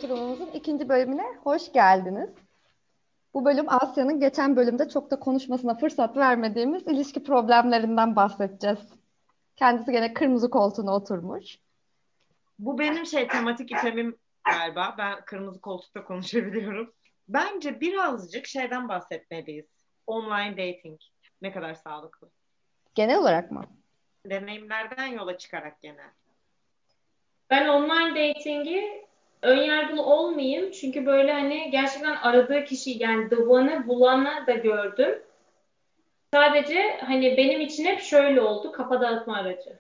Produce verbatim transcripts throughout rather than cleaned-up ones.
oturumumuzun ikinci bölümüne hoş geldiniz. Bu bölüm Asya'nın geçen bölümde çok da konuşmasına fırsat vermediğimiz ilişki problemlerinden bahsedeceğiz. Kendisi gene kırmızı koltuğuna oturmuş. Bu benim şey tematik itemim galiba. Ben kırmızı koltukta konuşabiliyorum. Bence birazcık şeyden bahsetmeliyiz. Online dating. Ne kadar sağlıklı. Genel olarak mı? Deneyimlerden yola çıkarak genel. Ben online dating'i önyargılı olmayayım. Çünkü böyle hani gerçekten aradığı kişi yani the one'ı bulana da gördüm. Sadece hani benim için hep şöyle oldu. Kafa dağıtma aracı.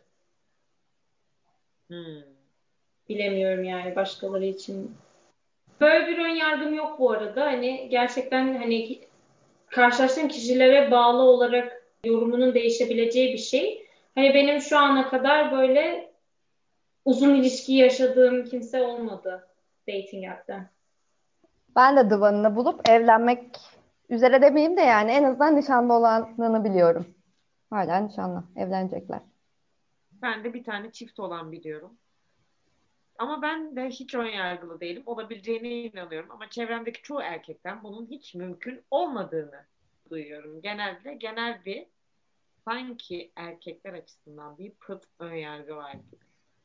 Hmm. Bilemiyorum yani başkaları için. Böyle bir ön yargım yok bu arada. Hani gerçekten hani karşılaştığım kişilere bağlı olarak yorumunun değişebileceği bir şey. Hani benim şu ana kadar böyle uzun ilişki yaşadığım kimse olmadı dating app'ten. Ben de divanını bulup evlenmek üzere demeyeyim de yani en azından nişanlı olanını biliyorum. Hala nişanlı, evlenecekler. Ben de bir tane çift olan biliyorum. Ama ben de hiç ön yargılı değilim. Olabileceğine inanıyorum. Ama çevremdeki çoğu erkekten bunun hiç mümkün olmadığını duyuyorum. Genelde genel bir sanki erkekler açısından bir pıt ön yargı var gibi.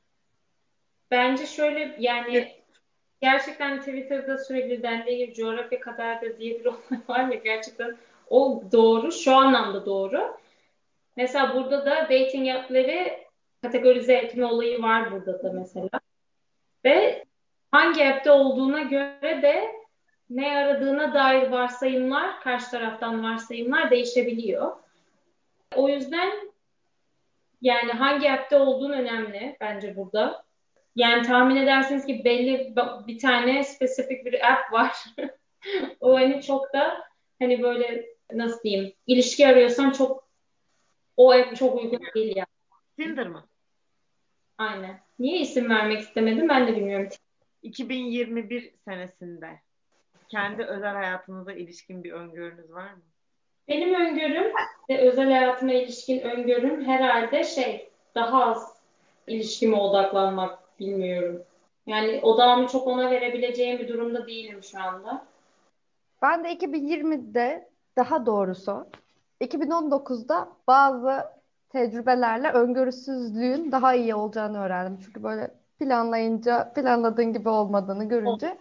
Bence şöyle yani gerçekten Twitter'da sürekli dendiği gibi coğrafya kadardır diye bir olay var ya gerçekten o doğru. Şu anlamda doğru. Mesela burada da dating app'leri kategorize etme olayı var burada da mesela. Ve hangi app'te olduğuna göre de ne aradığına dair varsayımlar, karşı taraftan varsayımlar değişebiliyor. O yüzden yani hangi app'te olduğun önemli bence burada. Yani tahmin edersiniz ki belli bir tane spesifik bir app var. O hani çok da hani böyle nasıl diyeyim ilişki arıyorsan çok o app çok uygun değil yani. Tinder mı? Aynen. Niye isim vermek istemedim ben de bilmiyorum. iki bin yirmi bir senesinde kendi özel hayatınıza ilişkin bir öngörünüz var mı? Benim öngörüm ve özel hayatıma ilişkin öngörüm herhalde şey daha az ilişkime odaklanmak bilmiyorum. Yani odağımı çok ona verebileceğim bir durumda değilim şu anda. Ben de iki bin yirmide daha doğrusu iki bin on dokuzda bazı tecrübelerle öngörüsüzlüğün daha iyi olacağını öğrendim. Çünkü böyle planlayınca planladığın gibi olmadığını görünce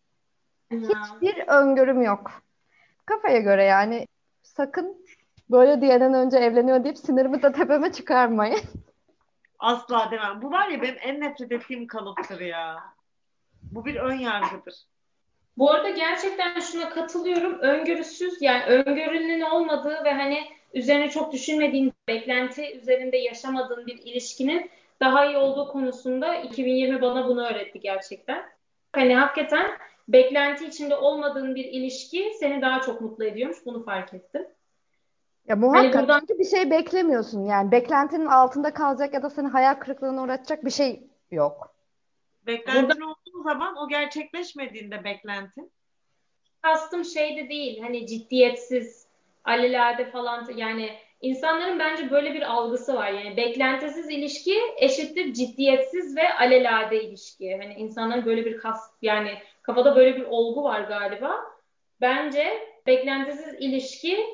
Ha. hiçbir öngörüm yok. Kafaya göre yani sakın böyle diyenden önce evleniyor deyip sinirimi de tepeme çıkarmayın. Asla demem. Bu var ya benim en nefret ettiğim kalıptır ya. Bu bir ön yargıdır. Bu arada gerçekten şuna katılıyorum. Öngörüsüz yani öngörünün olmadığı ve hani üzerine çok düşünmediğin, beklenti üzerinde yaşamadığın bir ilişkinin daha iyi olduğu konusunda iki bin yirmi bana bunu öğretti gerçekten. Hani hakikaten beklenti içinde olmadığın bir ilişki seni daha çok mutlu ediyormuş. Bunu fark ettim. Ya Hani muhakkak buradan çünkü bir şey beklemiyorsun. Yani beklentinin altında kalacak ya da seni hayal kırıklığına uğratacak bir şey yok. buradan Beklentin olduğu zaman o gerçekleşmediğinde beklentin. kastım şey de değil hani ciddiyetsiz, alelade falan yani insanların bence böyle bir algısı var. Yani beklentisiz ilişki eşittir ciddiyetsiz ve alelade ilişki. Hani insanların böyle bir kas yani kafada böyle bir olgu var galiba. Bence beklentisiz ilişki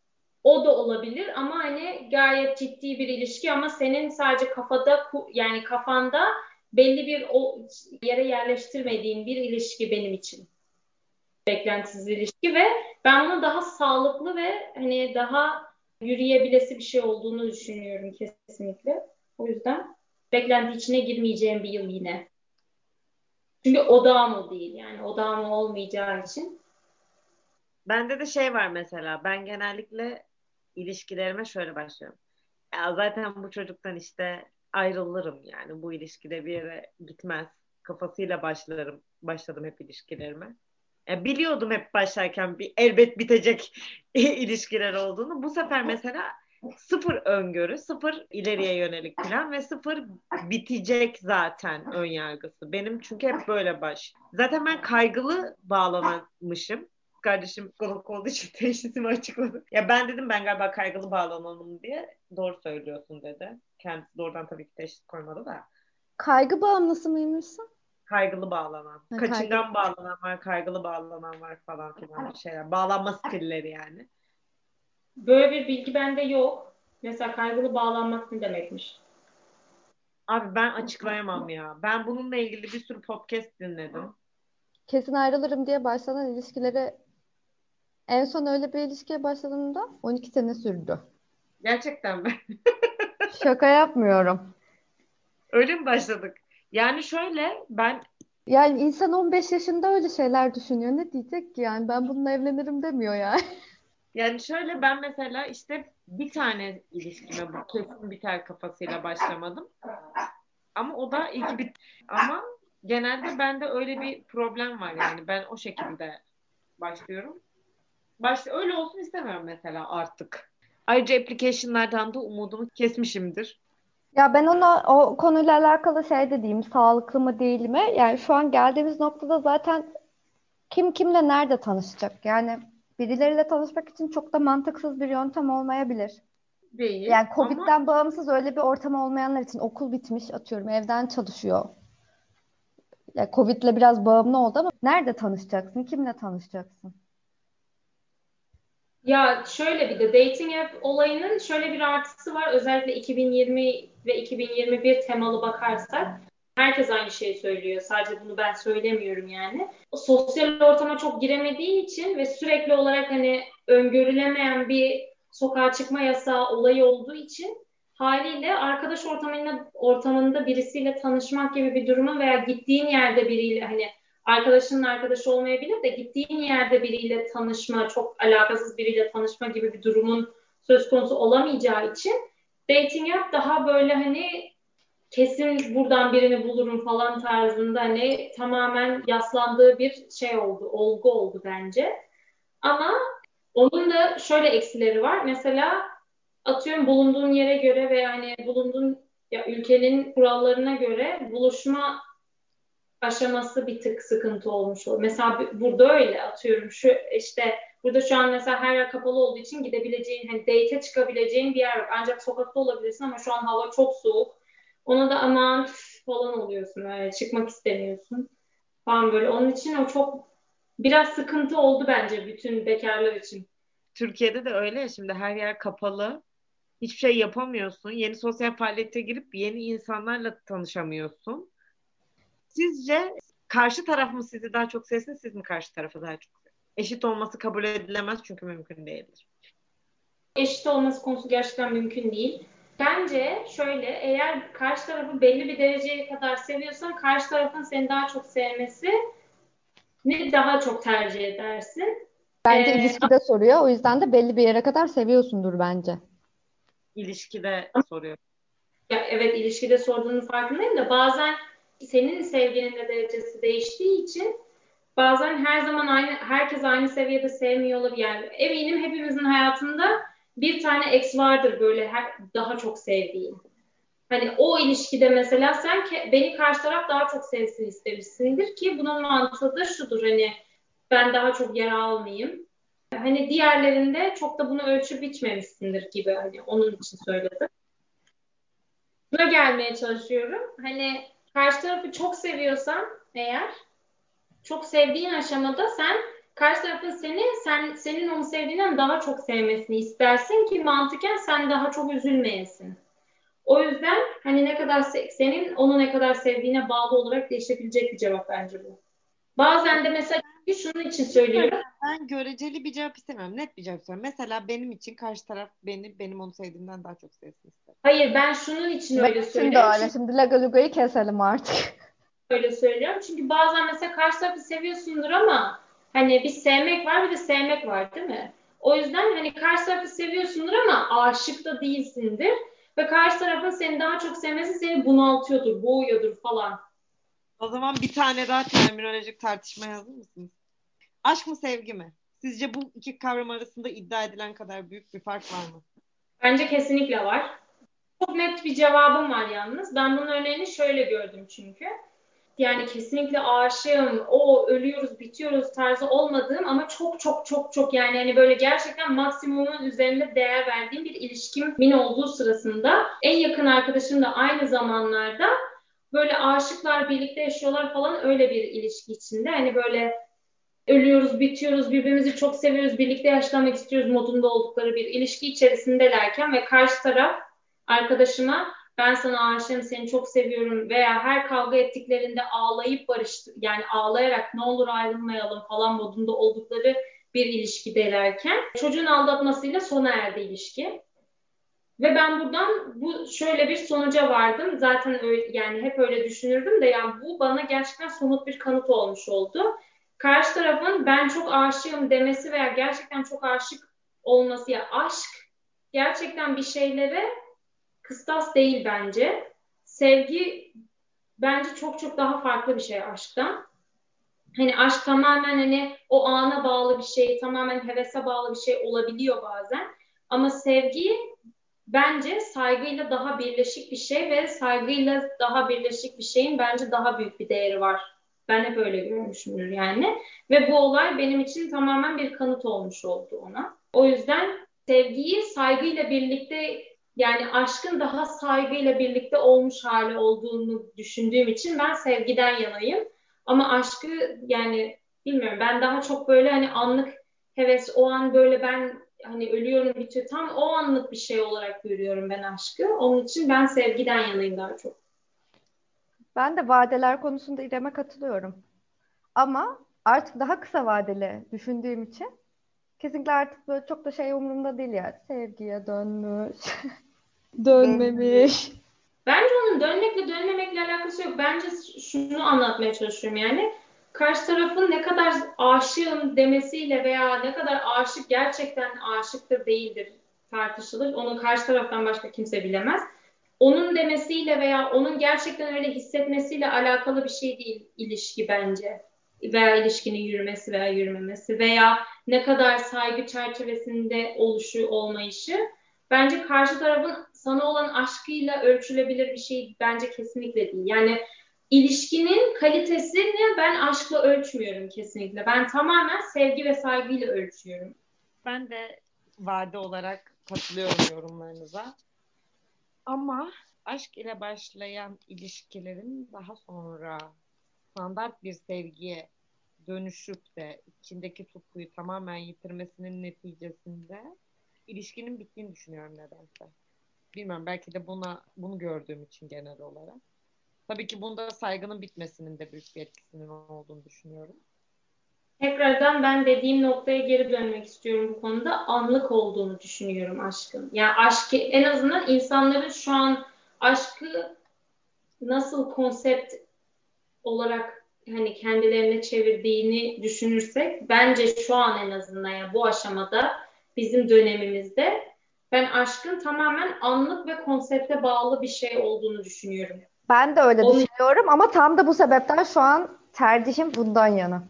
o da olabilir ama hani gayet ciddi bir ilişki ama senin sadece kafada yani kafanda belli bir o yere yerleştirmediğin bir ilişki benim için beklentisiz ilişki ve ben bunun daha sağlıklı ve hani daha yürüyebilesi bir şey olduğunu düşünüyorum kesinlikle. O yüzden beklenti içine girmeyeceğim bir yıl yine. Çünkü odağım o değil yani odağım olmayacağı için. Bende de şey var mesela. Ben genellikle ilişkilerime şöyle başlıyorum. Ya zaten bu çocuktan işte ayrılırım yani. Bu ilişkide bir yere gitmez. Kafasıyla başlarım. Başladım hep ilişkilerime. Ya biliyordum hep başlarken bir elbet bitecek ilişkiler olduğunu. Bu sefer mesela sıfır öngörü, sıfır ileriye yönelik plan ve sıfır bitecek zaten ön yargısı. Benim çünkü hep böyle baş. Zaten ben kaygılı bağlanmışım. Kardeşim psikolog olduğu için teşhisimi açıkladı. Ya ben dedim ben galiba kaygılı bağlanalım diye. Doğru söylüyorsun dedi. Kendisi doğrudan tabii ki teşhis koymadı da. Kaygı bağımlısı mıymışsın? kaygılı bağlanan. Ha, Kaçıngan bağlanan var, kaygılı bağlanan var falan filan bir şeyler. Bağlanma stilleri yani. Böyle bir bilgi bende yok. Mesela kaygılı bağlanmak ne demekmiş? Abi ben açıklayamam ya. Ben bununla ilgili bir sürü podcast dinledim. Kesin ayrılırım diye başlanan ilişkileri en son öyle bir ilişkiye başladığımda on iki sene sürdü. Gerçekten mi? Şaka yapmıyorum. Öyle mi başladık? Yani şöyle ben Yani insan on beş yaşında öyle şeyler düşünüyor. Ne diyecek ki yani ben bununla evlenirim demiyor yani. yani şöyle ben mesela işte bir tane ilişkime bu kesin biter kafasıyla başlamadım. Ama o da iyi ki bit. Ama genelde bende öyle bir problem var yani. Ben o şekilde başlıyorum. Başta öyle olsun istemiyorum mesela artık. Ayrıca application'lardan da umudumu kesmişimdir. Ya ben ona o konuyla alakalı şey de diyeyim, sağlıklı mı değil mi? Yani şu an geldiğimiz noktada zaten kim kimle nerede tanışacak? Yani birileriyle tanışmak için çok da mantıksız bir yöntem olmayabilir. Değil Yani ama Covid'den bağımsız öyle bir ortam olmayanlar için okul bitmiş, atıyorum evden çalışıyor. Yani Covid'le biraz bağımlı oldu ama nerede tanışacaksın? Kimle tanışacaksın? Ya şöyle bir de dating app olayının şöyle bir artısı var. Özellikle iki bin yirmi ve iki bin yirmi bir temalı bakarsak herkes aynı şeyi söylüyor. Sadece bunu ben söylemiyorum yani. O sosyal ortama çok giremediği için ve sürekli olarak hani öngörülemeyen bir sokağa çıkma yasağı olayı olduğu için haliyle arkadaş ortamında, ortamında birisiyle tanışmak gibi bir duruma veya gittiğin yerde biriyle hani arkadaşının arkadaşı olmayabilir de gittiğin yerde biriyle tanışma, çok alakasız biriyle tanışma gibi bir durumun söz konusu olamayacağı için dating app daha böyle hani kesin buradan birini bulurum falan tarzında hani tamamen yaslandığı bir şey oldu, olgu oldu bence. Ama onun da şöyle eksileri var. Mesela atıyorum bulunduğun yere göre ve yani bulunduğun ya ülkenin kurallarına göre buluşma aşaması bir tık sıkıntı olmuş olur. Mesela burada öyle atıyorum şu işte burada şu an mesela her yer kapalı olduğu için gidebileceğin hani date'e çıkabileceğin bir yer yok. Ancak sokakta olabilirsin ama şu an hava çok soğuk. Ona da aman falan oluyorsun öyle çıkmak istemiyorsun falan böyle. Onun için o çok biraz sıkıntı oldu bence bütün bekarlar için. Türkiye'de de öyle ya şimdi her yer kapalı. Hiçbir şey yapamıyorsun. Yeni sosyal faaliyete girip yeni insanlarla tanışamıyorsun. Sizce karşı taraf mı sizi daha çok sevsin, siz mi karşı tarafı daha çok sevsin? Eşit olması kabul edilemez çünkü mümkün değildir. Eşit olması konusu gerçekten mümkün değil. Bence şöyle eğer karşı tarafı belli bir dereceye kadar seviyorsan karşı tarafın seni daha çok sevmesi ne daha çok tercih edersin? Bence Ee, ilişkide soruyor. O yüzden de belli bir yere kadar seviyorsundur bence. İlişkide soruyor. ya evet ilişkide sorduğunun farkındayım da bazen senin sevginin de derecesi değiştiği için bazen her zaman aynı herkes aynı seviyede sevmiyor olabilir. Yani eminim hepimizin hayatında bir tane ex vardır böyle her, daha çok sevdiğin. Hani o ilişkide mesela sen ke- beni karşı taraf daha çok sevsin istemişsindir ki bunun mantığı da şudur hani ben daha çok yara almayayım. Hani diğerlerinde çok da bunu ölçüp biçmemişsindir gibi hani onun için söyledim. Buna gelmeye çalışıyorum. Hani karşı tarafı çok seviyorsan eğer çok sevdiğin aşamada sen karşı tarafın seni sen senin onu sevdiğinden daha çok sevmesini istersin ki mantıken sen daha çok üzülmeyesin. O yüzden hani ne kadar se- senin onu ne kadar sevdiğine bağlı olarak değişebilecek bir cevap bence bu. Bazen de mesela şunun için söylüyorum. Ben göreceli bir cevap istemiyorum. Net bir cevap istiyorum. Mesela benim için karşı taraf beni benim onu sevdiğimden daha çok sevsin isterim. Hayır ben şunun için Benim öyle için de söylüyorum. öyle. Çünkü Şimdi Lego Lugo'yu keselim artık. öyle söylüyorum. Çünkü bazen mesela karşı tarafı seviyorsundur ama hani bir sevmek var bir de sevmek var değil mi? O yüzden hani karşı tarafı seviyorsundur ama aşık da değilsindir. Ve karşı tarafın seni daha çok sevmesi seni bunaltıyordur, boğuyordur falan. O zaman bir tane daha terminolojik tartışmaya hazır mısınız? Aşk mı sevgi mi? Sizce bu iki kavram arasında iddia edilen kadar büyük bir fark var mı? Bence kesinlikle var. Çok net bir cevabım var yalnız. Ben bunun örneğini şöyle gördüm çünkü. Yani kesinlikle aşığım, o ölüyoruz, bitiyoruz tarzı olmadığım ama çok çok çok çok yani hani böyle gerçekten maksimumun üzerinde değer verdiğim bir ilişkimin olduğu sırasında en yakın arkadaşım da aynı zamanlarda böyle aşıklar birlikte yaşıyorlar falan öyle bir ilişki içinde. Hani böyle ölüyoruz, bitiyoruz, birbirimizi çok seviyoruz, birlikte yaşlanmak istiyoruz modunda oldukları bir ilişki içerisindelerken ve karşı taraf arkadaşıma ben sana aşığım, seni çok seviyorum veya her kavga ettiklerinde ağlayıp barıştı yani ağlayarak ne olur ayrılmayalım falan modunda oldukları bir ilişkidelerken çocuğun aldatmasıyla sona erdi ilişki. Ve ben buradan bu şöyle bir sonuca vardım. Zaten öyle, yani hep öyle düşünürdüm de yani bu bana gerçekten somut bir kanıt olmuş oldu. Karşı tarafın ben çok aşığım demesi veya gerçekten çok aşık olması ya aşk gerçekten bir şeylere kıstas değil bence. Sevgi bence çok çok daha farklı bir şey aşktan. Hani aşk tamamen hani o ana bağlı bir şey, tamamen hevese bağlı bir şey olabiliyor bazen. Ama sevgi bence saygıyla daha birleşik bir şey ve saygıyla daha birleşik bir şeyin bence daha büyük bir değeri var. Ben hep öyle görmüşümdür yani. Ve bu olay benim için tamamen bir kanıt olmuş oldu ona. O yüzden sevgiyi saygıyla birlikte yani aşkın daha saygıyla birlikte olmuş hali olduğunu düşündüğüm için ben sevgiden yanayım. Ama aşkı yani bilmiyorum ben daha çok böyle hani anlık heves o an böyle ben hani ölüyorum bitiyor. Tam o anlık bir şey olarak görüyorum ben aşkı. Onun için ben sevgiden yanayım daha çok. Ben de vadeler konusunda İrem'e katılıyorum. Ama artık daha kısa vadeli düşündüğüm için kesinlikle artık böyle çok da şey umurumda değil yani. Sevgiye dönmüş, Dönmüş. dönmemiş. Bence onun dönmekle dönmemekle alakası yok. Bence şunu anlatmaya çalışıyorum yani. Karşı tarafın ne kadar aşığım demesiyle veya ne kadar aşık gerçekten aşıktır değildir tartışılır. Onu karşı taraftan başka kimse bilemez. Onun demesiyle veya onun gerçekten öyle hissetmesiyle alakalı bir şey değil ilişki bence. Veya ilişkinin yürümesi veya yürümemesi veya ne kadar saygı çerçevesinde oluşu olmayışı. Bence karşı tarafın sana olan aşkıyla ölçülebilir bir şey bence kesinlikle değil. Yani ilişkinin kalitesini ben aşkla ölçmüyorum kesinlikle. Ben tamamen sevgi ve saygıyla ölçüyorum. Ben de vade olarak katılıyorum yorumlarınıza. Ama aşk ile başlayan ilişkilerin daha sonra standart bir sevgiye dönüşüp de içindeki tutkuyu tamamen yitirmesinin neticesinde ilişkinin bittiğini düşünüyorum nedense. Bilmiyorum belki de buna bunu gördüğüm için genel olarak. Tabii ki bunda saygının bitmesinin de büyük bir etkisinin olduğunu düşünüyorum. Tekrardan ben dediğim noktaya geri dönmek istiyorum bu konuda. Anlık olduğunu düşünüyorum aşkın. Yani aşkı en azından insanların şu an aşkı nasıl konsept olarak hani kendilerine çevirdiğini düşünürsek bence şu an en azından yani bu aşamada bizim dönemimizde ben aşkın tamamen anlık ve konsepte bağlı bir şey olduğunu düşünüyorum. Ben de öyle Onun düşünüyorum ama tam da bu sebepten şu an tercihim bundan yana.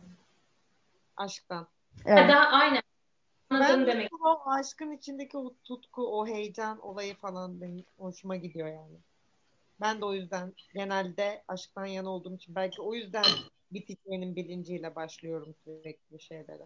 Aşktan. Evet. daha aynen Ben anladığım de demek. o aşkın içindeki o tutku, o heyecan olayı falan benim hoşuma gidiyor yani. Ben de o yüzden genelde aşktan yana olduğum için belki o yüzden biteceğinin bilinciyle başlıyorum sürekli şeylere.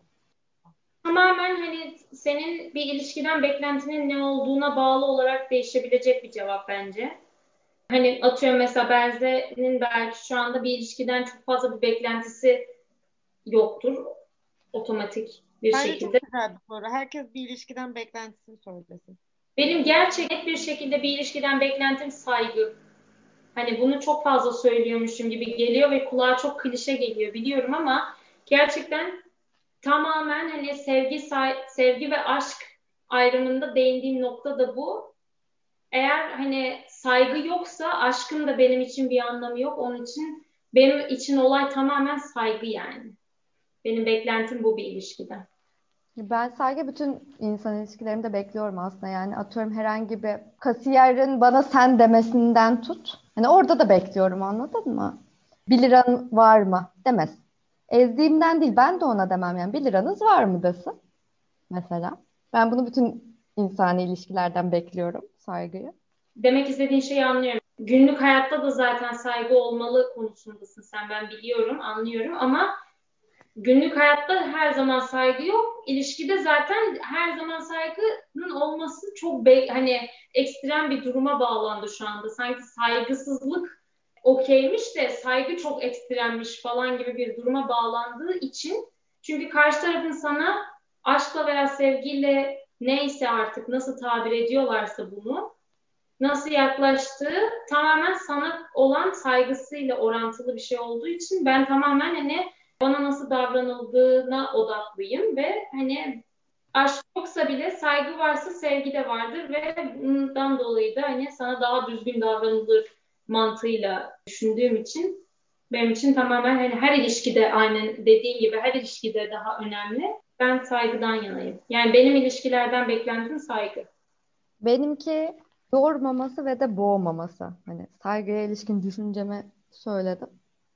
Tamamen hani senin bir ilişkiden beklentinin ne olduğuna bağlı olarak değişebilecek bir cevap bence. Hani atıyorum mesela Benze'nin belki şu anda bir ilişkiden çok fazla bir beklentisi yoktur otomatik bir Bence şekilde. çok güzel bir soru. Herkes bir ilişkiden beklentisini söylesin. Benim gerçek net bir şekilde bir ilişkiden beklentim saygı. Hani bunu çok fazla söylüyormuşum gibi geliyor ve kulağa çok klişe geliyor biliyorum ama gerçekten tamamen hani sevgi sevgi ve aşk ayrımında değindiğim nokta da bu. Eğer hani saygı yoksa aşkın da benim için bir anlamı yok. Onun için benim için olay tamamen saygı yani. Benim beklentim bu bir ilişkiden. Ben saygı bütün insan ilişkilerimde bekliyorum aslında. Yani atıyorum herhangi bir kasiyerin bana sen demesinden tut. Hani orada da bekliyorum anladın mı? Bir liran var mı? Demez. Ezdiğimden değil ben de ona demem yani. Bir liranız var mı desin mesela. Ben bunu bütün insani ilişkilerden bekliyorum saygıyı. Demek istediğin şeyi anlıyorum. Günlük hayatta da zaten saygı olmalı konusundasın sen ben biliyorum, anlıyorum ama günlük hayatta her zaman saygı yok. İlişkide zaten her zaman saygının olması çok be- hani ekstrem bir duruma bağlandı şu anda. Sanki saygısızlık okeymiş de saygı çok ekstremmiş falan gibi bir duruma bağlandığı için, çünkü karşı tarafın sana aşkla veya sevgiyle, neyse artık nasıl tabir ediyorlarsa bunu, nasıl yaklaştığı tamamen sana olan saygısıyla orantılı bir şey olduğu için ben tamamen hani bana nasıl davranıldığına odaklıyım ve hani aşk yoksa bile saygı varsa sevgi de vardır ve bundan dolayı da hani sana daha düzgün davranılır mantığıyla düşündüğüm için benim için tamamen hani her ilişkide, aynen dediğin gibi, her ilişkide daha önemli. Ben saygıdan yanayım. Yani benim ilişkilerden beklentim saygı. Benimki yormaması ve de boğmaması. Hani saygıya ilişkin düşüncemi söyledim.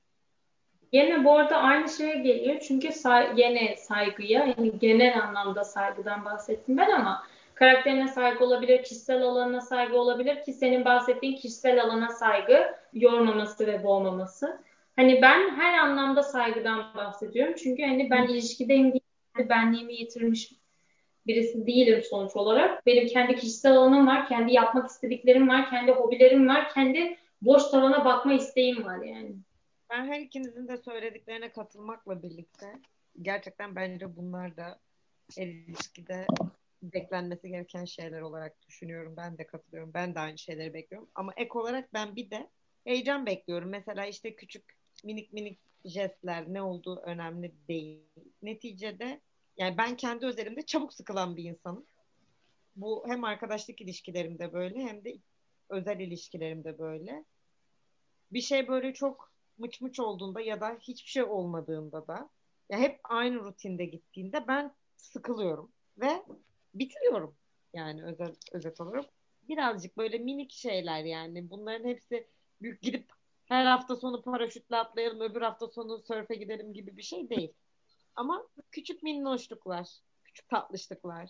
Yine bu arada aynı şeye geliyor. Çünkü say gene saygıya, yani genel anlamda saygıdan bahsettim ben, ama karakterine saygı olabilir, kişisel alanına saygı olabilir ki senin bahsettiğin kişisel alana saygı, yormaması ve boğmaması. Hani ben her anlamda saygıdan bahsediyorum. Çünkü hani ben ilişkideyim diye benliğimi yitirmiş birisi değilim sonuç olarak. Benim kendi kişisel alanım var, kendi yapmak istediklerim var, kendi hobilerim var, kendi boş tavana bakma isteğim var yani. Ben her ikinizin de söylediklerine katılmakla birlikte gerçekten bence bunlar da her ilişkide beklenmesi gereken şeyler olarak düşünüyorum. Ben de katılıyorum. Ben de aynı şeyleri bekliyorum. Ama ek olarak ben bir de heyecan bekliyorum. Mesela işte küçük minik minik jestler, ne olduğu önemli değil. Neticede yani ben kendi özelimde çabuk sıkılan bir insanım. Bu hem arkadaşlık ilişkilerimde böyle hem de özel ilişkilerimde böyle. Bir şey böyle çok mıç mıç olduğunda ya da hiçbir şey olmadığında da, ya hep aynı rutinde gittiğinde ben sıkılıyorum ve bitiriyorum. Yani özel, özet olarak birazcık böyle minik şeyler, yani bunların hepsi büyük gidip her hafta sonu paraşütle atlayalım, öbür hafta sonu sörfe gidelim gibi bir şey değil. Ama küçük minnoşluklar, küçük tatlışlıklar,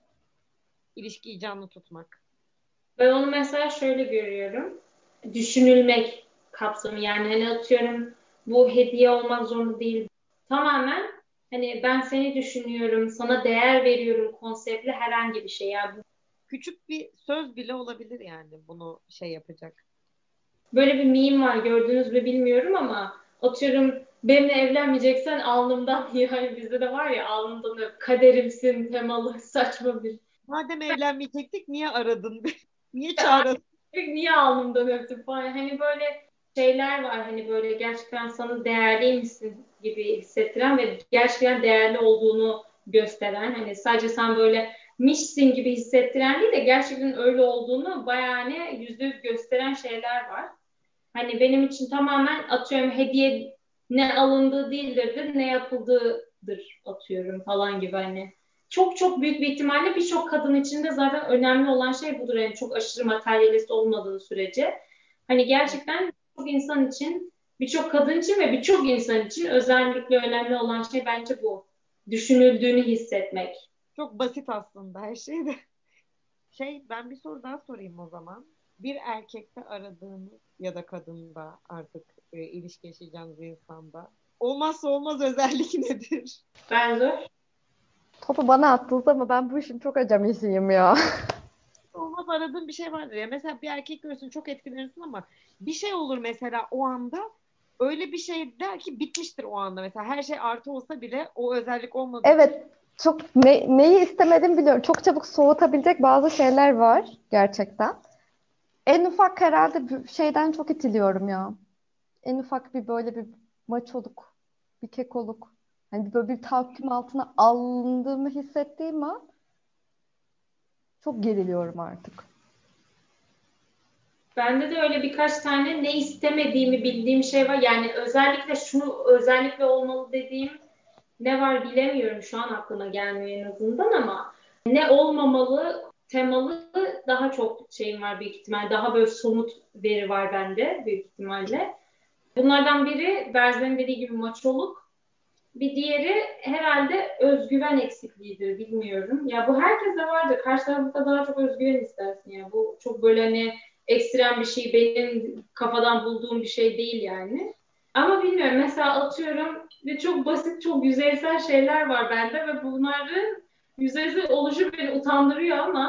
ilişkiyi canlı tutmak. Ben onu mesela şöyle görüyorum. Düşünülmek kapsamı, yani hani atıyorum, bu hediye olmak zorunda değil. Tamamen hani ben seni düşünüyorum, sana değer veriyorum konseptli herhangi bir şey. Yani Küçük bir söz bile olabilir yani bunu şey yapacak. böyle bir meme var, gördünüz mü bilmiyorum ama atıyorum, benimle evlenmeyeceksen alnımdan yani bizde de var ya, alnımdan öp, kaderimsin temalı saçma bir. Madem evlenmeyecektik niye aradın? Niye çağırdın? Niye alnımdan öptün falan. Hani böyle şeyler var, hani böyle gerçekten sana değerliymişsin gibi hissettiren ve gerçekten değerli olduğunu gösteren, hani sadece sen böyle mişsin gibi hissettiren değil de gerçekten öyle olduğunu bayağı hani yüzde yüz gösteren şeyler var. Hani benim için tamamen atıyorum hediye ne alındığı değildir, ne yapıldığıdır atıyorum falan gibi hani. Çok çok büyük bir ihtimalle birçok kadın için de zaten önemli olan şey budur. Yani çok aşırı materyalist olmadığı sürece. Hani gerçekten birçok insan için, birçok kadın için ve birçok insan için özellikle önemli olan şey bence bu. Düşünüldüğünü hissetmek. Çok basit aslında her şey de. Şey, ben bir soru daha sorayım o zaman. Bir erkekte aradığınız ya da kadında artık e, ilişki yaşayacağınız insanda olmazsa olmaz özellik nedir? Ben zor. Topu bana attınız ama ben bu işin çok acemiyim ya. Olmaz aradığın bir şey vardır ya. Mesela bir erkek görürsün çok etkilenirsin ama bir şey olur mesela o anda, öyle bir şey der ki bitmiştir o anda. Mesela her şey artı olsa bile o özellik olmadığı için Evet, çok ne, neyi istemedim biliyorum. Çok çabuk soğutabilecek bazı şeyler var gerçekten. En ufak herhalde bir şeyden çok itiliyorum ya. En ufak bir böyle bir maçoluk, bir kekoluk. Hani böyle bir tahakküm altına alındığımı hissettiğim an çok geriliyorum artık. Bende de öyle birkaç tane ne istemediğimi bildiğim şey var. Yani özellikle şu özellikle olmalı dediğim ne var bilemiyorum. Şu an aklıma gelmiyor en azından, ama ne olmamalı temalı daha çok şeyim var büyük ihtimal. Daha böyle somut veri var bende büyük ihtimalle. Bunlardan biri Berzer'in dediği gibi maçoluk. Bir diğeri herhalde özgüven eksikliğidir, bilmiyorum. Ya bu herkeste vardır. Karşı tarafta daha çok özgüven istersin ya. Bu çok böyle hani ekstrem bir şey, benim kafadan bulduğum bir şey değil yani. Ama bilmiyorum, mesela atıyorum ve çok basit, çok yüzeysel şeyler var bende ve bunların yüzeysel oluşu beni utandırıyor, ama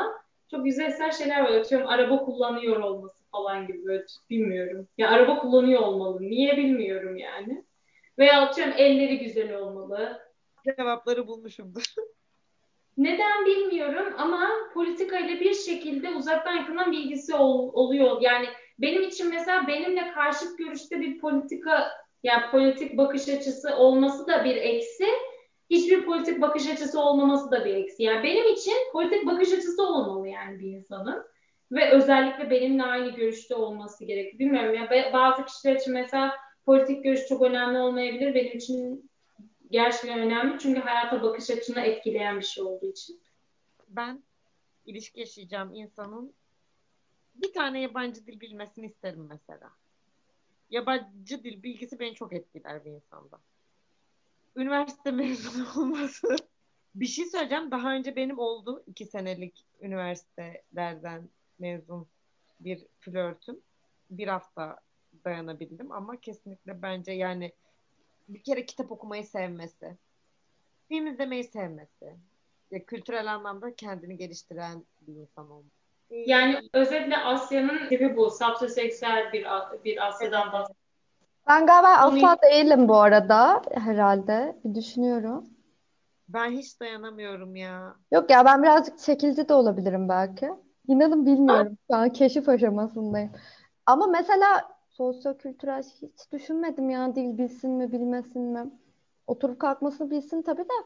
çok yüzeysel şeyler var. Atıyorum araba kullanıyor olması falan gibi böyle bilmiyorum. Ya araba kullanıyor olmalı. Niye bilmiyorum yani. Veya atıyorum elleri güzel olmalı. Cevapları bulmuşumdur. Neden bilmiyorum ama politikayla bir şekilde uzaktan yakından bilgisi ol- oluyor. Yani benim için mesela benimle karşıt görüşte bir politika yani politik bakış açısı olması da bir eksi. Hiçbir politik bakış açısı olmaması da bir eksi. Yani benim için politik bakış açısı olmalı yani bir insanın. Ve özellikle benimle aynı görüşte olması gerekiyor. Bilmiyorum ya bazı kişiler için mesela politik görüş çok önemli olmayabilir. Benim için gerçekten önemli çünkü hayata bakış açını etkileyen bir şey olduğu için. Ben ilişki yaşayacağım insanın bir tane yabancı dil bilmesini isterim mesela. Yabancı dil bilgisi beni çok etkiler bir insanda. Üniversite mezunu olması. Bir şey söyleyeceğim. Daha önce benim oldu iki senelik üniversitelerden mezun bir flörtüm. Bir hafta dayanabildim ama kesinlikle bence yani bir kere kitap okumayı sevmesi, film izlemeyi sevmesi, ya kültürel anlamda kendini geliştiren bir insan olması. Yani Ee, özetle Asya'nın tipi bu. Sapyoseksüel bir, bir evet, Asya'dan evet. bahsediyoruz. Ben galiba Bunu asla değilim bu arada herhalde. Bir düşünüyorum. Ben hiç dayanamıyorum ya. Yok ya, ben birazcık çekildi de olabilirim belki. İnanın bilmiyorum. Şu an keşif aşamasındayım. Ama mesela sosyo-kültürel hiç düşünmedim ya, dil bilsin mi bilmesin mi? Oturup kalkmasını bilsin tabii de.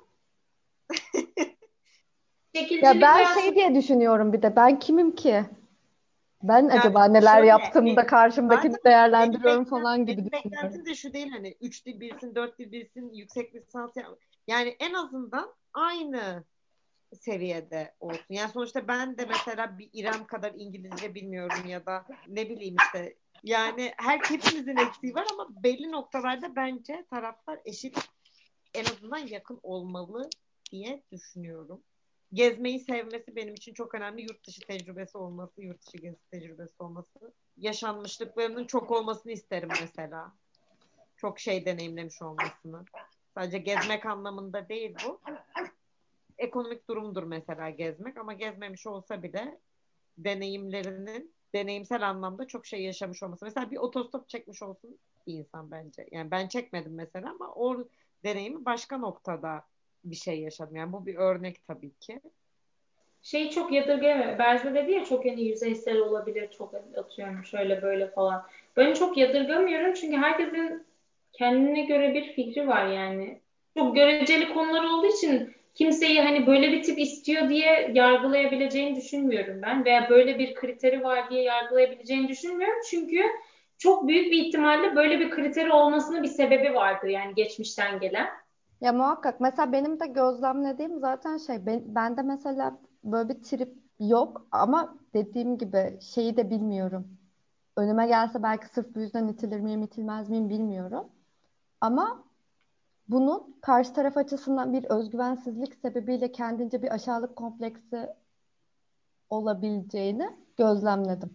Ya çekicilik ben veya şey diye düşünüyorum, bir de ben kimim ki? Ben Ya acaba neler şöyle yaptım da benim karşımdakini zaten benim değerlendiriyorum beklentim, falan gibi benim düşünüyorum. beklentim de şu değil hani üç dil bilsin, dört dil bilsin, yüksek lisans yap. Yani en azından aynı seviyede olsun. Yani sonuçta ben de mesela bir İrem kadar İngilizce bilmiyorum ya da ne bileyim işte yani her hepimizin eksiği var ama belli noktalarda bence taraflar eşit en azından yakın olmalı diye düşünüyorum. Gezmeyi sevmesi benim için çok önemli. Yurt dışı tecrübesi olması, yurt dışı gezi tecrübesi olması. Yaşanmışlıklarının çok olmasını isterim mesela. Çok şey deneyimlemiş olmasını. Sadece gezmek anlamında değil bu. Ekonomik durumdur mesela gezmek ama gezmemiş olsa bile deneyimlerinin deneyimsel anlamda çok şey yaşamış olması. Mesela bir otostop çekmiş olsun bir insan bence. Yani ben çekmedim mesela ama o deneyimi başka noktada bir şey yaşadım. Yani bu bir örnek tabii ki. şeyi çok yadırgayamıyorum. Berze dedi ya çok yani yüzeysel olabilir, çok atıyorum şöyle böyle falan. Ben çok yadırgamıyorum çünkü herkesin kendine göre bir fikri var yani. Çok göreceli konular olduğu için kimseyi hani böyle bir tip istiyor diye yargılayabileceğini düşünmüyorum ben. Veya böyle bir kriteri var diye yargılayabileceğini düşünmüyorum. Çünkü çok büyük bir ihtimalle böyle bir kriteri olmasının bir sebebi vardır yani geçmişten gelen. Ya muhakkak. Mesela benim de gözlemlediğim zaten şey, ben, bende mesela böyle bir trip yok ama dediğim gibi şeyi de bilmiyorum. Önüme gelse belki sırf bu yüzden itilir miyim itilmez miyim bilmiyorum. Ama bunun karşı taraf açısından bir özgüvensizlik sebebiyle kendince bir aşağılık kompleksi olabileceğini gözlemledim.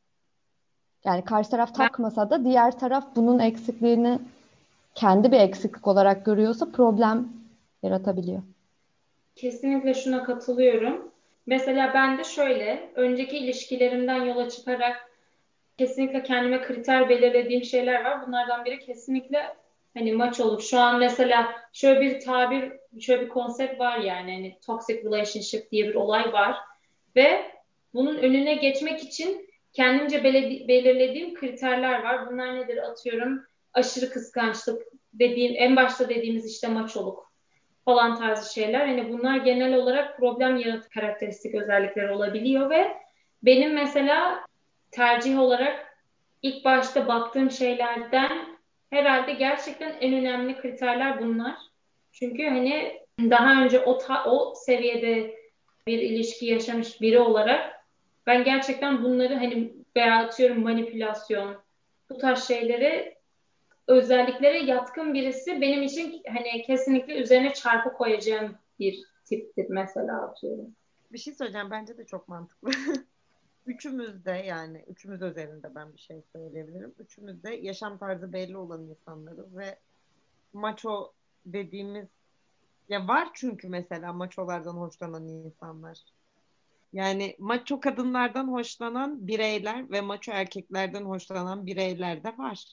Yani karşı taraf Ben takmasa da diğer taraf bunun eksikliğini kendi bir eksiklik olarak görüyorsa problem yaratabiliyor. kesinlikle şuna katılıyorum. Mesela ben de şöyle, önceki ilişkilerimden yola çıkarak kesinlikle kendime kriter belirlediğim şeyler var. Bunlardan biri kesinlikle hani maç olup şu an mesela şöyle bir tabir, şöyle bir konsept var yani hani toxic relationship diye bir olay var ve bunun önüne geçmek için kendimce beledi- belirlediğim kriterler var. Bunlar nedir? Atıyorum aşırı kıskançlık dediğim, en başta dediğimiz işte maçoluk falan tarzı şeyler. Hani bunlar genel olarak problem yaratı karakteristik özellikler olabiliyor ve benim mesela tercih olarak ilk başta baktığım şeylerden herhalde gerçekten en önemli kriterler bunlar. Çünkü hani daha önce o ta- o seviyede bir ilişki yaşamış biri olarak ben gerçekten bunları hani veya atıyorum manipülasyon bu tarz şeyleri özelliklere yatkın birisi benim için hani kesinlikle üzerine çarpı koyacağım bir tiptir mesela atıyorum. Bir şey söyleyeceğim. Bence de çok mantıklı. Üçümüz de yani üçümüz özelinde ben bir şey söyleyebilirim. Üçümüz de yaşam tarzı belli olan insanlarız ve maço dediğimiz ya var çünkü mesela maçolardan hoşlanan insanlar. Yani maço kadınlardan hoşlanan bireyler ve maço erkeklerden hoşlanan bireyler de var.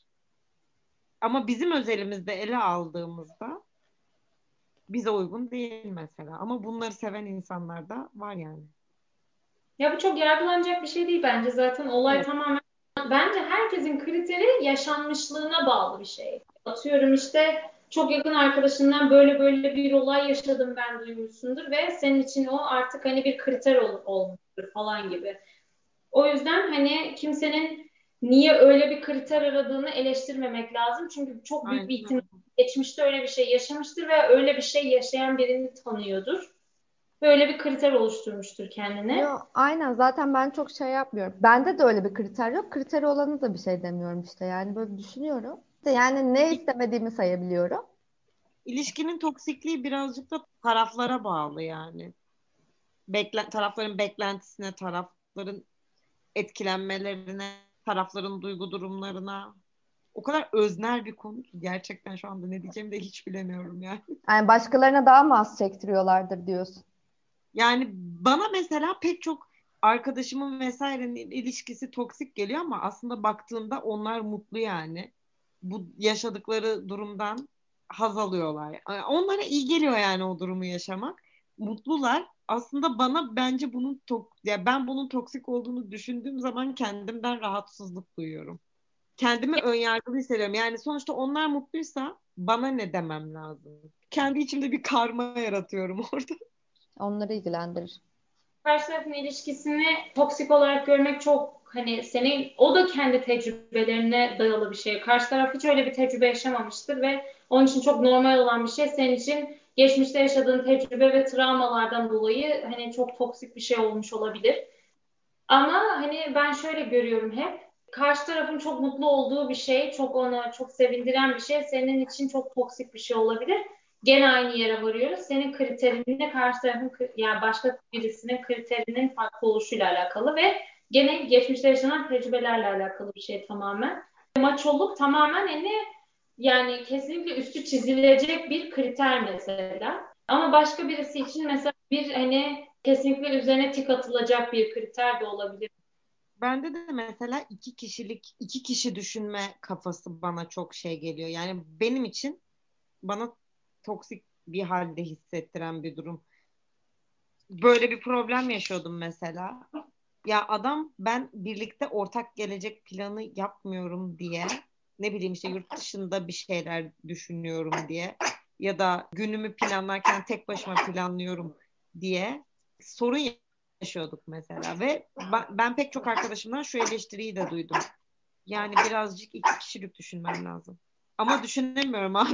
Ama bizim özelimizde ele aldığımızda bize uygun değil mesela. Ama bunları seven insanlar da var yani. Ya bu çok yargılanacak bir şey değil bence. Zaten olay Evet. tamamen bence herkesin kriteri yaşanmışlığına bağlı bir şey. Atıyorum işte çok yakın arkadaşından böyle böyle bir olay yaşadım ben duymuşsundur ve senin için o artık hani bir kriter ol, olmuştur falan gibi. O yüzden hani kimsenin niye öyle bir kriter aradığını eleştirmemek lazım. Çünkü çok büyük bir Aynen ihtimal öyle. geçmişte öyle bir şey yaşamıştır ve öyle bir şey yaşayan birini tanıyordur. Böyle bir kriter oluşturmuştur kendine. Yo, aynen zaten ben çok şey yapmıyorum. Bende de öyle bir kriter yok. Kriteri olanı da bir şey demiyorum işte. Yani böyle düşünüyorum. İşte yani ne istemediğimi sayabiliyorum. İlişkinin toksikliği birazcık da taraflara bağlı yani. Bekle, tarafların beklentisine, tarafların etkilenmelerine, tarafların duygu durumlarına. O kadar öznel bir konu ki gerçekten şu anda ne diyeceğimi de hiç bilemiyorum yani. Yani başkalarına daha mı az çektiriyorlardır diyorsun. Yani bana mesela pek çok arkadaşımın vesairenin ilişkisi toksik geliyor ama aslında baktığında onlar mutlu yani. Bu yaşadıkları durumdan haz alıyorlar. Yani onlara iyi geliyor yani o durumu yaşamak. Mutlular. Aslında bana bence bunun tok ya ben bunun toksik olduğunu düşündüğüm zaman kendimden rahatsızlık duyuyorum. Kendimi önyargılı hissediyorum. Yani sonuçta onlar mutluysa bana ne demem lazım? Kendi içimde bir karma yaratıyorum orada. Onları ilgilendirir. Karşı tarafın ilişkisini toksik olarak görmek çok hani senin o da kendi tecrübelerine dayalı bir şey. Karşı taraf hiç öyle bir tecrübe yaşamamıştır ve onun için çok normal olan bir şey. Senin için geçmişte yaşadığın tecrübe ve travmalardan dolayı hani çok toksik bir şey olmuş olabilir. Ama hani ben şöyle görüyorum hep. Karşı tarafın çok mutlu olduğu bir şey, çok onu çok sevindiren bir şey senin için çok toksik bir şey olabilir. Gene aynı yere varıyoruz. Senin kriterinle karşı tarafın kri- yani başka birisinin kriterinin farklı oluşuyla alakalı ve gene geçmişte yaşanan tecrübelerle alakalı bir şey tamamen. Maçoluk tamamen hani yani kesinlikle üstü çizilecek bir kriter mesela. Ama başka birisi için mesela bir hani kesinlikle üzerine tik atılacak bir kriter de olabilir. Bende de mesela iki kişilik, iki kişi düşünme kafası bana çok şey geliyor. Yani benim için bana toksik bir halde hissettiren bir durum. Böyle bir problem yaşıyordum mesela. Ya adam ben birlikte ortak gelecek planı yapmıyorum diye ne bileyim işte yurt dışında bir şeyler düşünüyorum diye ya da günümü planlarken tek başıma planlıyorum diye sorun yaşıyorduk mesela ve ben, ben pek çok arkadaşımdan şu eleştiriyi de duydum. Yani birazcık iki kişilik düşünmem lazım. Ama düşünemiyorum abi.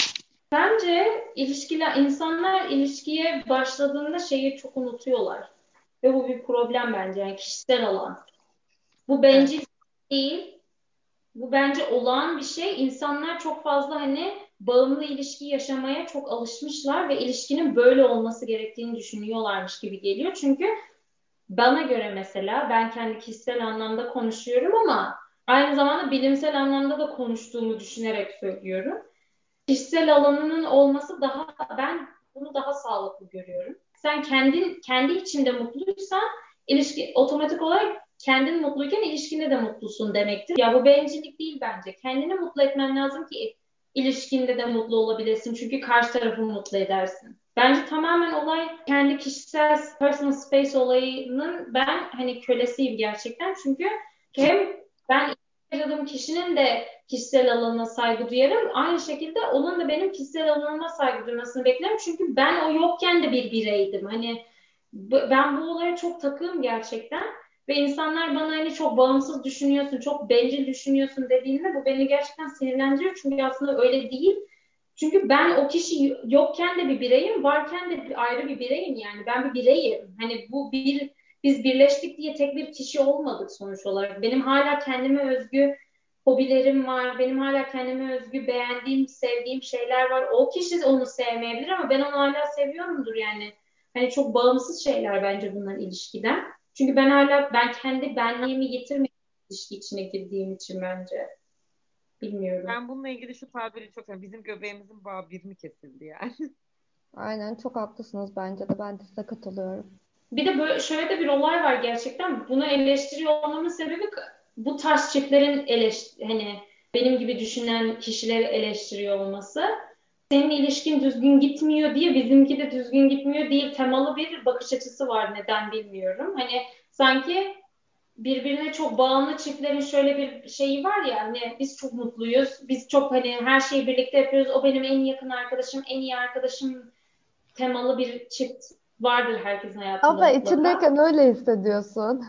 Bence ilişkiler, insanlar ilişkiye başladığında şeyi çok unutuyorlar. Ve bu bir problem bence. Yani kişisel alan. Bu Evet. bencil değil. Bu bence olağan bir şey. İnsanlar çok fazla hani bağımlı ilişki yaşamaya çok alışmışlar ve ilişkinin böyle olması gerektiğini düşünüyorlarmış gibi geliyor. Çünkü bana göre mesela ben kendi kişisel anlamda konuşuyorum ama aynı zamanda bilimsel anlamda da konuştuğumu düşünerek söylüyorum. Kişisel alanının olması daha ben bunu daha sağlıklı görüyorum. Sen kendin kendi içinde mutluysan ilişki otomatik olarak kendin mutluyken ilişkinde de mutlusun demektir. Ya bu bencillik değil bence. Kendini mutlu etmen lazım ki ilişkinde de mutlu olabilesin. Çünkü karşı tarafı mutlu edersin. Bence tamamen olay kendi kişisel personal space olayının ben hani kölesiyim gerçekten. Çünkü hem ben yaşadığım kişinin de kişisel alanına saygı duyarım. Aynı şekilde onun da benim kişisel alanıma saygı duymasını beklerim. Çünkü ben o yokken de bir bireydim. Hani ben bu olaya çok takığım gerçekten. Ve insanlar bana hani çok bağımsız düşünüyorsun, çok bencil düşünüyorsun dediğinde bu beni gerçekten sinirlendiriyor. Çünkü aslında öyle değil. Çünkü ben o kişi yokken de bir bireyim, varken de bir ayrı bir bireyim yani. Ben bir bireyim. Hani bu bir biz birleştik diye tek bir kişi olmadık sonuç olarak. Benim hala kendime özgü hobilerim var. Benim hala kendime özgü beğendiğim, sevdiğim şeyler var. O kişi onu sevmeyebilir ama ben onu hala seviyorumdur yani. Hani çok bağımsız şeyler bence bunlar ilişkiden. Çünkü ben hala ben kendi benliğimi yitirmedim ilişki içine girdiğim için bence. Bilmiyorum. Ben bununla ilgili şu tabiri çok seviyorum. Bizim göbeğimizin bağı bir mi kesildi yani? Aynen çok haklısınız bence de. Ben de size katılıyorum. Bir de böyle şöyle de bir olay var gerçekten. Bunu eleştiriyor olmamın sebebi bu tarz çiftlerin eleş hani benim gibi düşünen kişileri eleştiriyor olması. Senin ilişkin düzgün gitmiyor diye bizimki de düzgün gitmiyor değil temalı bir bakış açısı var, neden bilmiyorum. Hani sanki birbirine çok bağımlı çiftlerin şöyle bir şeyi var ya, hani biz çok mutluyuz. Biz çok hani her şeyi birlikte yapıyoruz. O benim en yakın arkadaşım, en iyi arkadaşım temalı bir çift vardır herkesin hayatında Abla mutlaka. içindeyken öyle hissediyorsun.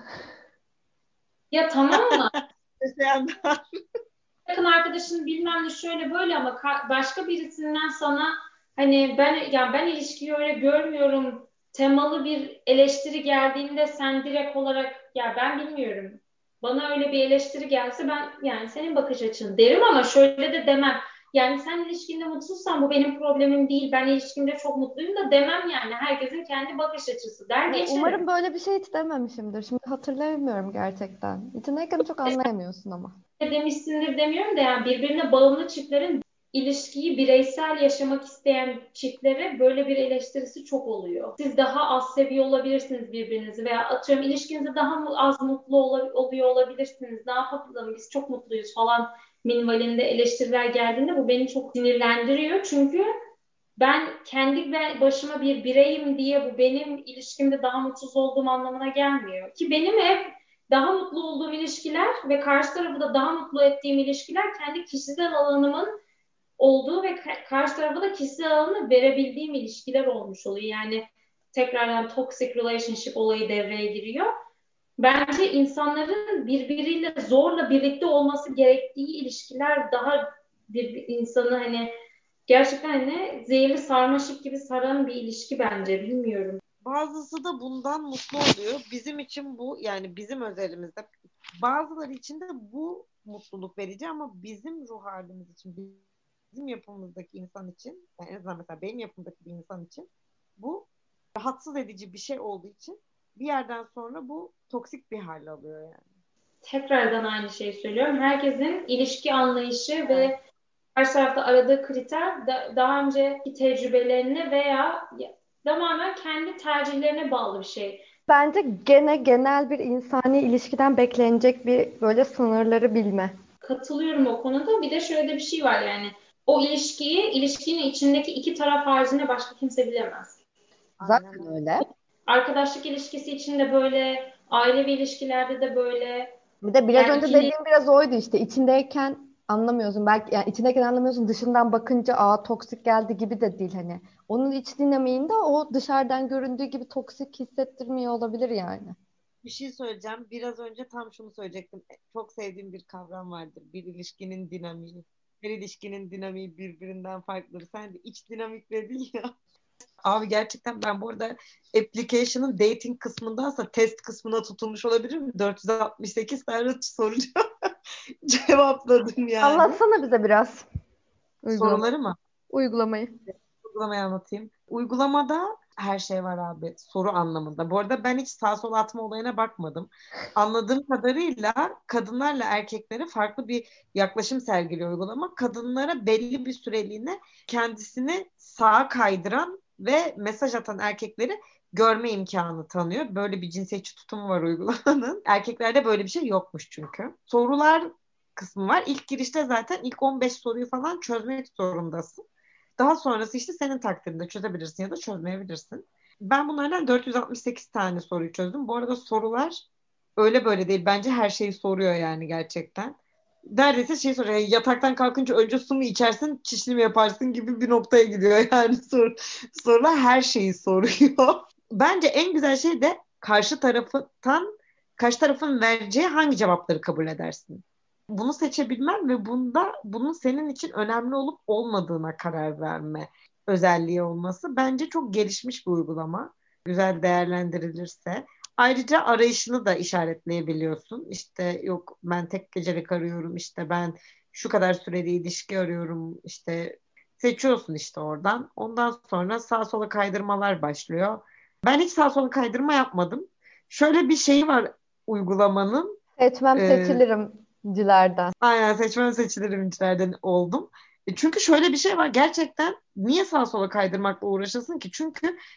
Ya tamam mı? Yaşayanlar. Yakın arkadaşın bilmem ne şöyle böyle ama ka- başka birisinden sana hani ben ya ben ilişkiyi öyle görmüyorum temalı bir eleştiri geldiğinde sen direkt olarak ya ben bilmiyorum. Bana öyle bir eleştiri gelse ben yani senin bakış açın derim ama şöyle de demem. Yani sen ilişkinde mutsuzsan bu benim problemim değil. Ben ilişkimde çok mutluyum da demem yani. Herkesin kendi bakış açısı der Ya geçerim. umarım böyle bir şey hiç dememişimdir. Şimdi hatırlayamıyorum gerçekten. İçindeyken çok anlayamıyorsun ama. Demişsindir demiyorum da yani birbirine bağımlı çiftlerin ilişkiyi bireysel yaşamak isteyen çiftlere böyle bir eleştirisi çok oluyor. Siz daha az seviyor olabilirsiniz birbirinizi veya atıyorum ilişkinizde daha mı az mutlu ol- oluyor olabilirsiniz. Ne yapalım biz çok mutluyuz falan minvalinde eleştiriler geldiğinde bu beni çok sinirlendiriyor. Çünkü ben kendi başıma bir bireyim diye bu benim ilişkimde daha mutsuz olduğum anlamına gelmiyor. Ki benim hep daha mutlu olduğum ilişkiler ve karşı tarafı da daha mutlu ettiğim ilişkiler kendi kişisel alanımın olduğu ve karşı tarafa da kişisel alanı verebildiğim ilişkiler olmuş oluyor. Yani tekrardan toxic relationship olayı devreye giriyor. Bence insanların birbiriyle zorla birlikte olması gerektiği ilişkiler daha bir insanı hani gerçekten hani zehirli sarmaşık gibi saran bir ilişki bence. Bilmiyorum. Bazısı da bundan mutlu oluyor. Bizim için bu, yani bizim özelimizde, bazıları için de bu mutluluk verici ama bizim ruh halimiz için, bizim yapımızdaki insan için, yani en azından mesela benim yapımdaki bir insan için bu rahatsız edici bir şey olduğu için bir yerden sonra bu toksik bir hal alıyor yani. Tekrardan aynı şeyi söylüyorum. Herkesin ilişki anlayışı Evet. ve karşı tarafta aradığı kriter da, daha önceki tecrübelerine veya tamamen kendi tercihlerine bağlı bir şey. Bence gene genel bir insani ilişkiden beklenecek bir böyle sınırları bilme. Katılıyorum o konuda. Bir de şöyle de bir şey var yani. O ilişkiyi, ilişkinin içindeki iki taraf haricinde başka kimse bilemez. Aynen Zaten öyle. öyle. Arkadaşlık ilişkisi içinde böyle, ailevi ilişkilerde de böyle. Bir de biraz Yani önce ikili dediğim biraz oydu işte. İçindeyken anlamıyorsun. Belki yani içindeyken anlamıyorsun. Dışından bakınca aa toksik geldi gibi de değil hani. Onun iç dinamiğinde o dışarıdan göründüğü gibi toksik hissettirmiyor olabilir yani. Bir şey söyleyeceğim. Biraz önce tam şunu söyleyecektim. Çok sevdiğim bir kavram vardır. Bir ilişkinin dinamiği. Her ilişkinin dinamiği birbirinden farklıdır. Sen de iç dinamik dedin ya. Abi gerçekten ben bu arada application'ın dating kısmındansa test kısmına tutulmuş olabilirim. dört yüz altmış sekiz tane soru cevapladım yani. Anlatsana bize biraz uygulamayı. Soruları mı? Uygulamayı. Uygulamayı anlatayım. Uygulamada her şey var abi. Soru anlamında. Bu arada ben hiç sağ sol atma olayına bakmadım. Anladığım kadarıyla kadınlarla erkeklere farklı bir yaklaşım sergiliyor uygulama. Kadınlara belli bir süreliğine kendisini sağa kaydıran ve mesaj atan erkekleri görme imkanı tanıyor. Böyle bir cinsiyetçi tutumu var uygulamanın. Erkeklerde böyle bir şey yokmuş çünkü. Sorular kısmı var. İlk girişte zaten ilk on beş soruyu falan çözmek zorundasın. Daha sonrası işte senin takdirinde çözebilirsin ya da çözmeyebilirsin. Ben bunlardan dört yüz altmış sekiz tane soruyu çözdüm. Bu arada sorular öyle böyle değil. Bence her şeyi soruyor yani gerçekten. Neredeyse şey soruyor. Yani yataktan kalkınca önce su mu içersin, çişini mi yaparsın gibi bir noktaya gidiyor. Yani sor, sorular her şeyi soruyor. Bence en güzel şey de karşı taraftan karşı tarafın vereceği hangi cevapları kabul edersin. Bunu seçebilmen ve bunda bunun senin için önemli olup olmadığına karar verme özelliği olması bence çok gelişmiş bir uygulama. Güzel değerlendirilirse. Ayrıca arayışını da işaretleyebiliyorsun. İşte yok ben tek gecelik arıyorum, işte ben şu kadar süreli ilişki arıyorum, işte seçiyorsun işte oradan. Ondan sonra sağa sola kaydırmalar başlıyor. Ben hiç sağa sola kaydırma yapmadım. Şöyle bir şey var uygulamanın. Seçmem e, seçilirimcilerden. Aynen, seçmen seçilirincilerden oldum. E, Çünkü şöyle bir şey var, gerçekten niye sağa sola kaydırmakla uğraşasın ki? Çünkü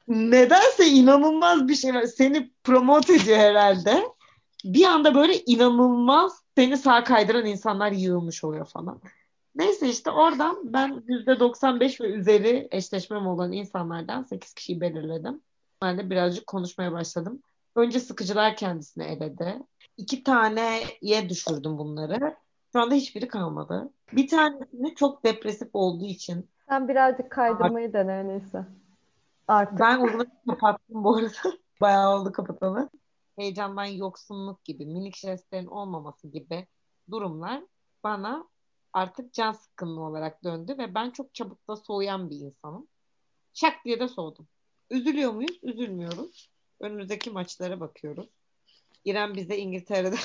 Nedense inanılmaz bir şey var. Seni promote ediyor herhalde. Bir anda böyle inanılmaz seni sağa kaydıran insanlar yığılmış oluyor falan. Neyse işte oradan ben yüzde doksan beş ve üzeri eşleşmem olan insanlardan sekiz kişiyi belirledim. Ben de birazcık konuşmaya başladım. Önce sıkıcılar kendisini eledi. İki taneye düşürdüm bunları. Şu anda hiçbiri kalmadı. Bir tanesini çok depresif olduğu için Sen birazcık kaydırmayı dene en iyisi. Artık. ben uygulamayı kapattım bu arada. Bayağı oldu kapatalı. Heyecandan yoksunluk gibi, minik jestlerin olmaması gibi durumlar bana artık can sıkkınlığı olarak döndü ve ben çok çabuk da soğuyan bir insanım. Şak diye de soğudum. Üzülüyor muyuz? Üzülmüyoruz. Önümüzdeki maçlara bakıyoruz. İrem bize İngiltere'de.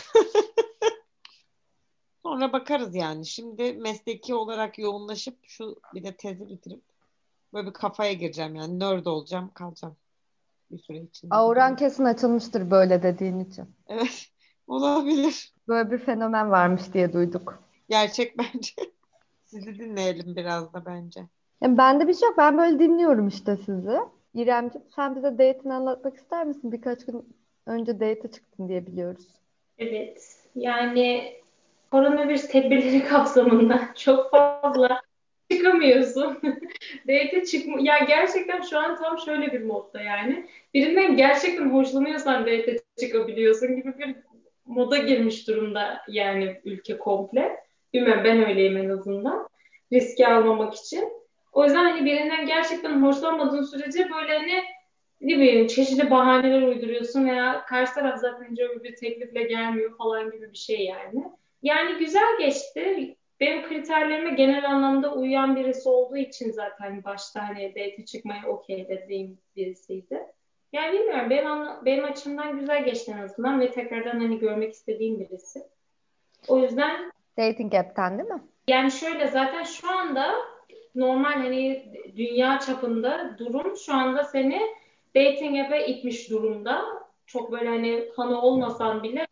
Sonra bakarız yani. Şimdi mesleki olarak yoğunlaşıp şu bir de tezi bitirip böyle bir kafaya gireceğim yani. Nerd olacağım, kalacağım bir süre içinde gibi. Auran kesin açılmıştır böyle dediğin için. Evet, olabilir. Böyle bir fenomen varmış diye duyduk. Gerçek bence. Sizi dinleyelim biraz da bence. Yani bende bir şey yok. Ben böyle dinliyorum işte sizi. İremciğim sen bize date'ini anlatmak ister misin? Birkaç gün önce date'e çıktın diye biliyoruz. Evet. Yani koronavirüs tedbirleri kapsamında çok fazla çıkamıyorsun. Date çıkma ya gerçekten şu an tam şöyle bir modda yani. Birinden gerçekten hoşlanıyorsan date çıkabiliyorsun gibi bir moda girmiş durumda yani ülke komple. Bilmiyorum ben öyleyim en azından. Riski almamak için. O yüzden hani birinden gerçekten hoşlanmadığın sürece böyle hani ne bileyim çeşitli bahaneler uyduruyorsun veya karşı taraf zaten hiç öyle bir teklifle gelmiyor falan gibi bir şey yani. Yani güzel geçti. Benim kriterlerime genel anlamda uyan birisi olduğu için zaten başta hani date çıkmaya okey dediğim birisiydi. Yani bilmiyorum benim, anla- benim açımdan güzel geçti en azından ve tekrardan hani görmek istediğim birisi. O yüzden Dating app'ten değil mi? yani şöyle zaten şu anda normal hani dünya çapında durum şu anda seni dating app'e itmiş durumda. Çok böyle hani fanı olmasan bile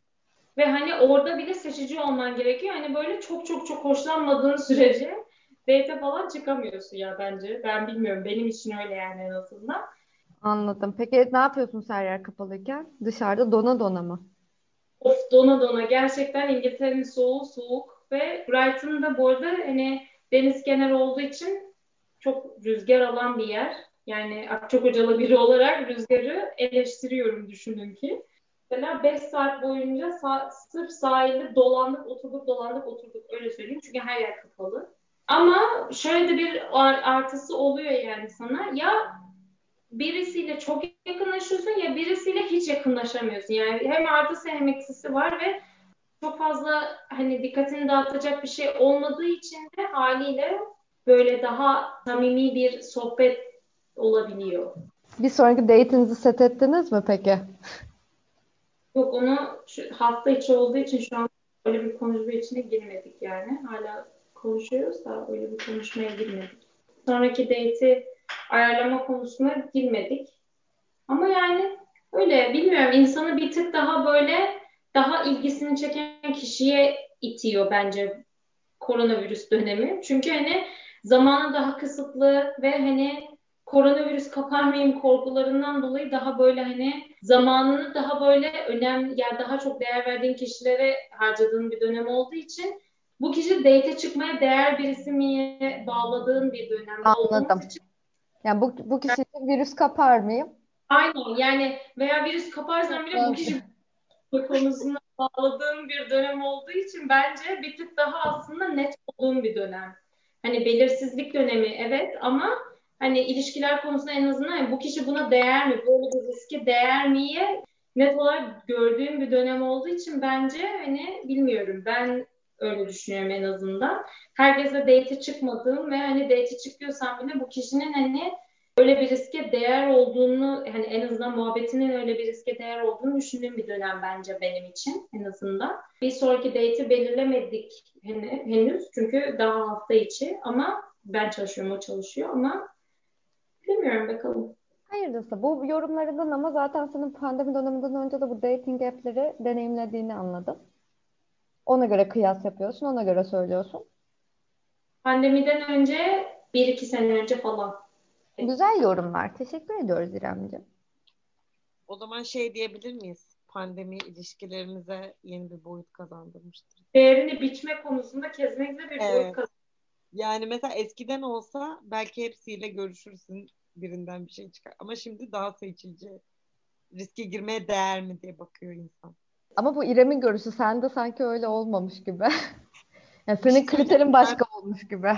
ve hani orada bile seçici olman gerekiyor. Hani böyle çok çok çok hoşlanmadığın sürece date falan çıkamıyorsun ya bence. Ben bilmiyorum. Benim için öyle yani en azından. Anladım. Peki ne yapıyorsun her yer kapalıyken? Dışarıda dona dona mı? Of dona dona. Gerçekten İngiltere'nin soğuğu soğuk ve Brighton'da bu arada hani deniz kenarı olduğu için çok rüzgar alan bir yer. Yani Akçakocalı biri olarak rüzgarı eleştiriyorum düşünün ki. Mesela beş saat boyunca sa- sırf sahilde dolandık, oturduk, dolandık, oturduk. Öyle söyleyeyim. Çünkü her yer kapalı. Ama şöyle de bir ar- artısı oluyor yani sana. Ya birisiyle çok yakınlaşıyorsun ya birisiyle hiç yakınlaşamıyorsun. Yani hem artısı hem eksisi var ve çok fazla hani dikkatini dağıtacak bir şey olmadığı için de haliyle böyle daha samimi bir sohbet olabiliyor. Bir sonraki date'inizi set ettiniz mi peki? Yok onu şu hafta içi olduğu için şu an öyle bir konuşma içine girmedik yani. Hala konuşuyoruz da öyle bir konuşmaya girmedik. Sonraki date'i ayarlama konusuna girmedik. Ama yani öyle bilmiyorum insanı bir tık daha böyle daha ilgisini çeken kişiye itiyor bence koronavirüs dönemi. Çünkü hani zamanı daha kısıtlı ve hani koronavirüs kapar mıyım korkularından dolayı daha böyle hani zamanını daha böyle önemli yani daha çok değer verdiğin kişilere harcadığın bir dönem olduğu için bu kişi date'e çıkmaya değer birisi miye bağladığın bir dönemde olduğumuz Anladım. için Yani bu, bu kişiyle virüs kapar mıyım? aynen yani veya virüs kaparsan bile bu kişi konusuna bağladığım bir dönem olduğu için bence bir tık daha aslında net olduğum bir dönem. Hani belirsizlik dönemi evet ama hani ilişkiler konusunda en azından hani bu kişi buna değer mi? Böyle bir riske değer miye net olarak gördüğüm bir dönem olduğu için bence hani bilmiyorum ben öyle düşünüyorum en azından. Herkese date çıkmadığım ve hani date çıkıyorsam bile bu kişinin hani öyle bir riske değer olduğunu hani en azından muhabbetinin öyle bir riske değer olduğunu düşündüğüm bir dönem bence benim için en azından. Bir sonraki date'i belirlemedik henüz çünkü daha hafta içi ama ben çalışıyorum o çalışıyor ama bilmiyorum bakalım. Hayırlısı. Bu yorumlarından ama zaten senin pandemi döneminden önce de bu dating app'leri deneyimlediğini anladım. Ona göre kıyas yapıyorsun, ona göre söylüyorsun. Pandemiden önce bir iki sene önce falan. Güzel yorumlar. Teşekkür ediyoruz İremciğim. O zaman şey diyebilir miyiz? Pandemi ilişkilerimize yeni bir boyut kazandırmıştır. Değerini biçme konusunda kesinlikle bir boyut Evet. kazanıyor. Yani mesela eskiden olsa belki hepsiyle görüşürsün, birinden bir şey çıkar. Ama şimdi daha seçici. Riske girmeye değer mi diye bakıyor insan. Ama bu İrem'in görüşü sende sanki öyle olmamış gibi. Yani Bir senin şey söyleyeyim kriterin mi? Ben, başka olmuş gibi.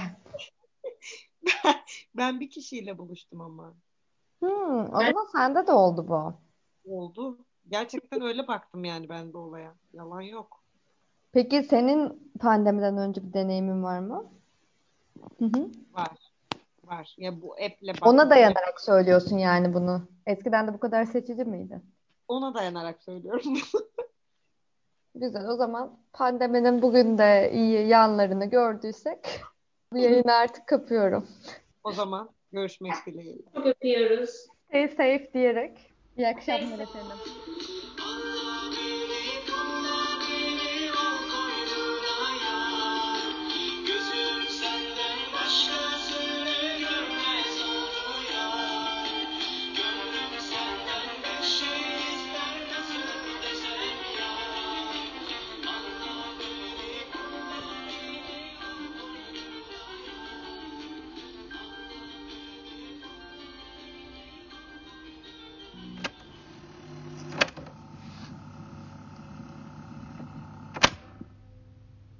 ben bir kişiyle buluştum ama. Hmm, o Ben zaman sende de oldu bu. Oldu. Gerçekten öyle baktım yani ben de olaya. Yalan yok. Peki senin pandemiden önce bir deneyimin var mı? Hı hı. Var. Var. Ya bu app'le Ona bakma. Bu app, dayanarak söylüyorsun yani bunu. Eskiden de bu kadar seçici miydi? ona dayanarak söylüyorum. Güzel. O zaman pandeminin bugün de iyi yanlarını gördüysek bu yayını artık kapıyorum. O zaman görüşmek dileğiyle. çok öpüyoruz. Stay safe diyerek. İyi akşamlar Neyse. efendim.